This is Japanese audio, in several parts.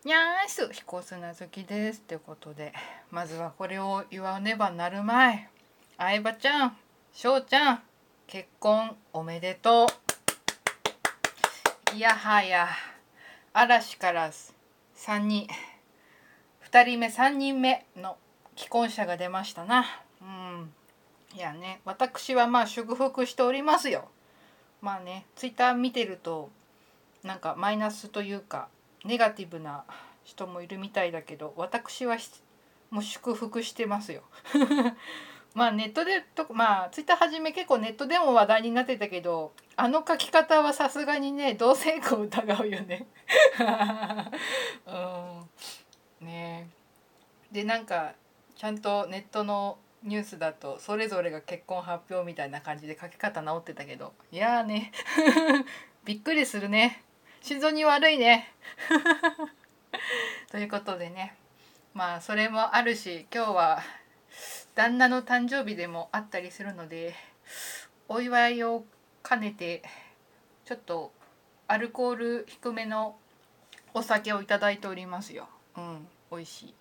にゃーす、彦砂月ですってことで、まずはこれを言わねばなるまい。相葉ちゃん、翔ちゃん、結婚おめでとう。いやはや、嵐から3人、2人目3人目の既婚者が出ましたな。いやね、私はまあ祝福しておりますよ。まあね、ツイッター見てるとなんかマイナスというかネガティブな人もいるみたいだけど、私はもう祝福してますよ。まあネットでまあツイッターはじめ結構ネットでも話題になってたけど、あの書き方はさすがにね同性婚疑うよね。ねでなんかちゃんとネットのニュースだとそれぞれが結婚発表みたいな感じで書き方直ってたけど、いやーねびっくりするね。心臓に悪いね。ということでね、まあそれもあるし、今日は旦那の誕生日でもあったりするので、お祝いを兼ねてちょっとアルコール低めのお酒をいただいておりますよ。美味しい。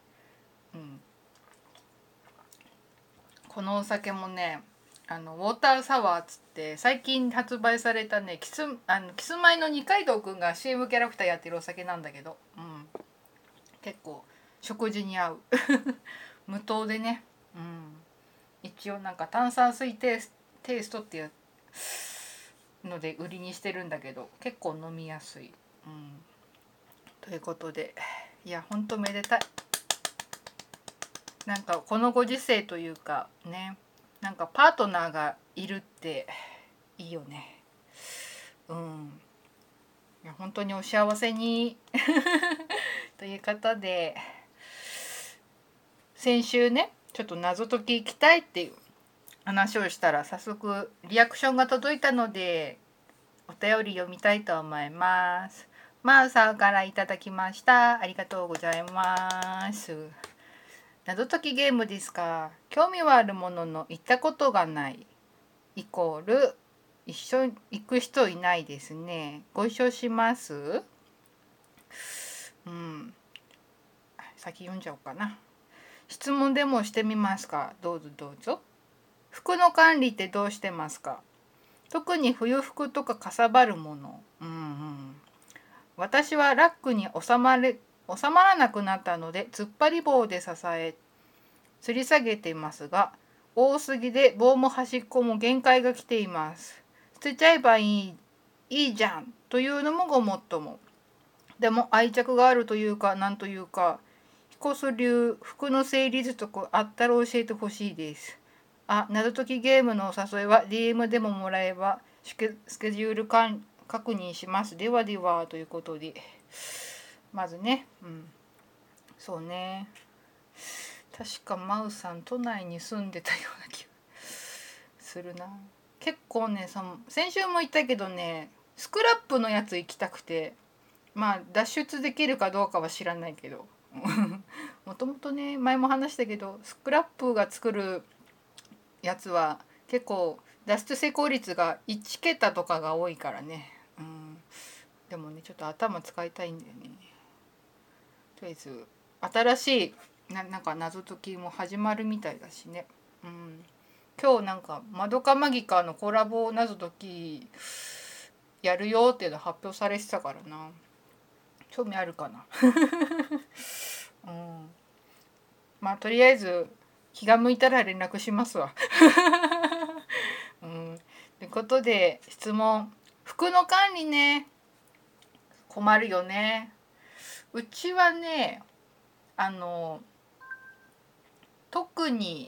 このお酒もね、ウォーターサワーっつって最近発売されたね、キスマイの二階堂くんが CM キャラクターやってるお酒なんだけど、結構食事に合う。無糖でね、一応なんか炭酸水テイストっていうので売りにしてるんだけど、結構飲みやすい。ということで、いやほんとめでたい。なんかこのご時世というかね、なんかパートナーがいるっていいよね。いや本当にお幸せに。ということで、先週ねちょっと謎解き行きたいっていう話をしたら、早速リアクションが届いたのでお便り読みたいと思います。マーさんからいただきました。ありがとうございます。謎解きゲームですか。興味はあるものの行ったことがないイコール一緒に行く人いないですね。ご一緒します。先読んじゃおうかな。質問でもしてみますか。どうぞどうぞ。服の管理ってどうしてますか。特に冬服とかかさばるもの。私はラックに収まらなくなったので突っ張り棒で支え吊り下げていますが、多すぎで棒も端っこも限界が来ています。捨てちゃえばいいじゃんというのもごもっとも。でも愛着があるというかなんというか、彦須流服の整理図とかあったら教えてほしいです。謎解きゲームのお誘いは DM でももらえばスケジュール確認します。ではではということで、まずね、そうね、確かマウさん都内に住んでたような気がするな。結構ね、先週も言ったけどね、スクラップのやつ行きたくて、まあ脱出できるかどうかは知らないけど、もともとね前も話したけど、スクラップが作るやつは結構脱出成功率が1桁とかが多いからね。でもねちょっと頭使いたいんだよね。とりあえず新しいなんか謎解きも始まるみたいだしね。今日なんかマドカマギカのコラボ謎解きやるよっていうの発表されてたからな。興味あるかな。まあとりあえず気が向いたら連絡しますわ。ということで質問。服の管理ね、困るよね。うちはね、特に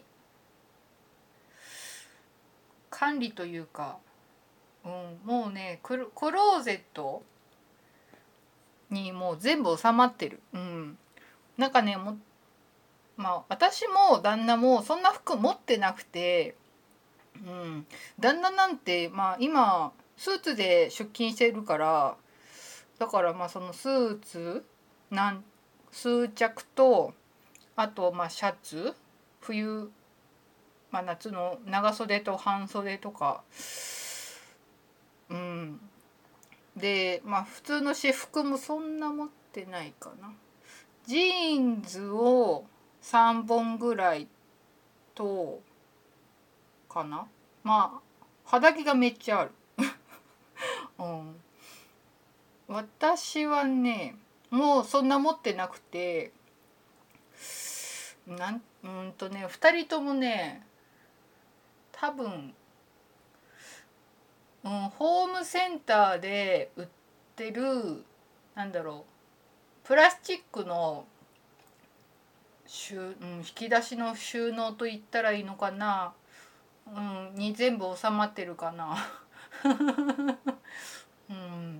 管理というか、もうねクローゼットにもう全部収まってる。なんかねまあ私も旦那もそんな服持ってなくて、旦那なんてまあ今スーツで出勤してるから、だからまあそのスーツ数着と、あとまあシャツ、冬、夏の長袖と半袖とか、でまあ普通の私服もそんな持ってないかな。 ジーンズを3本ぐらいとかな。まあ肌着がめっちゃある。うん、私はねもうそんな持ってなくて、2人ともね多分、ホームセンターで売ってるなんだろうプラスチックの引き出しの収納と言ったらいいのかな、に全部収まってるかな。うん、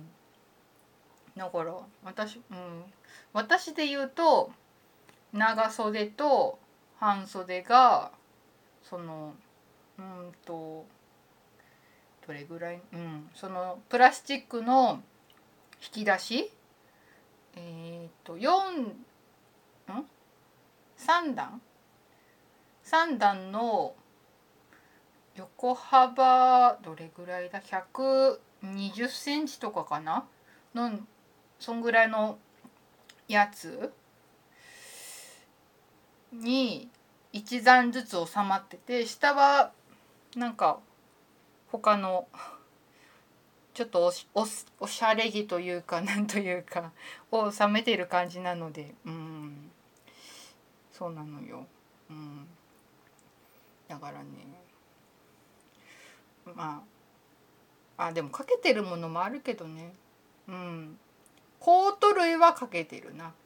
だから私で言うと長袖と半袖がそのどれぐらい、そのプラスチックの引き出し3段3段の横幅どれぐらいだ120センチとかかなのそんぐらいのやつに1段ずつ収まってて、下はなんか他のちょっとおしゃれ着というかなんというかを収めてる感じなので、そうなのよ。だからねでもかけてるものもあるけどね。コート類はかけてるな。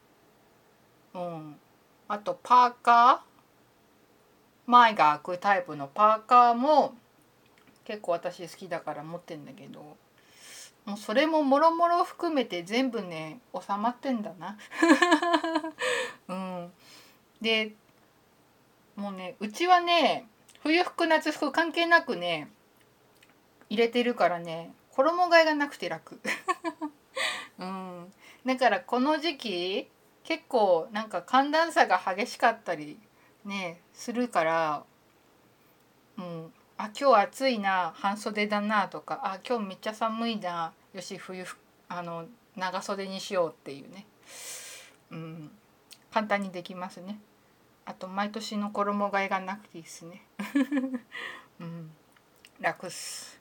あとパーカー、前が開くタイプのパーカーも結構私好きだから持ってんだけど、もうそれももろもろ含めて全部ね収まってんだな。でもうねうちはね冬服夏服関係なくね入れてるからね衣替えがなくて楽。だからこの時期結構なんか寒暖差が激しかったりねするから、今日暑いな半袖だなとか、今日めっちゃ寒いなよし長袖にしようっていうね、簡単にできますね。あと毎年の衣替えがなくていいですね。楽っす。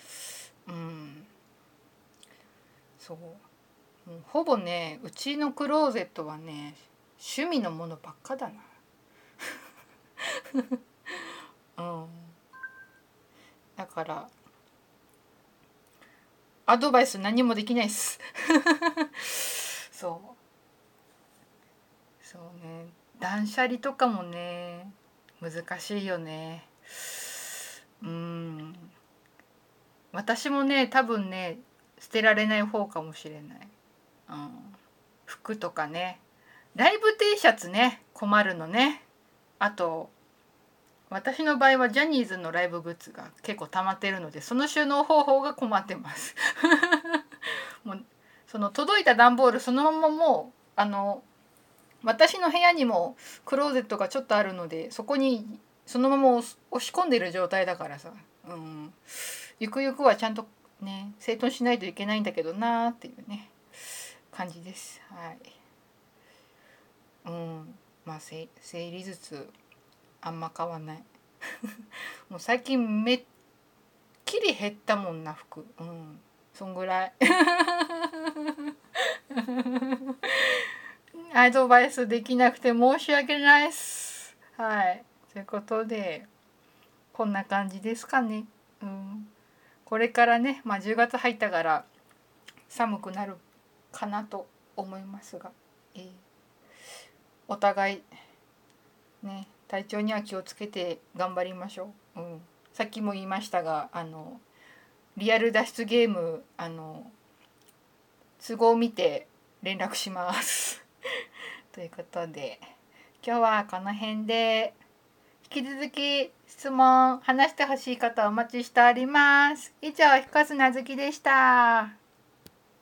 そう、もうほぼねうちのクローゼットはね趣味のものばっかだな。だからアドバイス何もできないっす。そうね、断捨離とかもね難しいよね。私もね多分ね捨てられない方かもしれない。服とかね、ライブ T シャツね困るのね。あと私の場合はジャニーズのライブグッズが結構溜まってるのでその収納方法が困ってます。もうその届いた段ボールそのままもう私の部屋にもクローゼットがちょっとあるのでそこにそのまま押し込んでる状態だからさ、ゆくゆくはちゃんとね整頓しないといけないんだけどなーっていうね感じです。はい。整理術あんま変わんない。もう最近めっきり減ったもんな服。そんぐらい。アドバイスできなくて申し訳ないっす。はい。ということでこんな感じですかね。これからね、10月入ったから寒くなるかなと思いますが、お互いね体調には気をつけて頑張りましょう。さっきも言いましたがリアル脱出ゲーム都合を見て連絡します。ということで今日はこの辺で、引き続き質問話してほしい方お待ちしております。以上、ひこすなずきでした。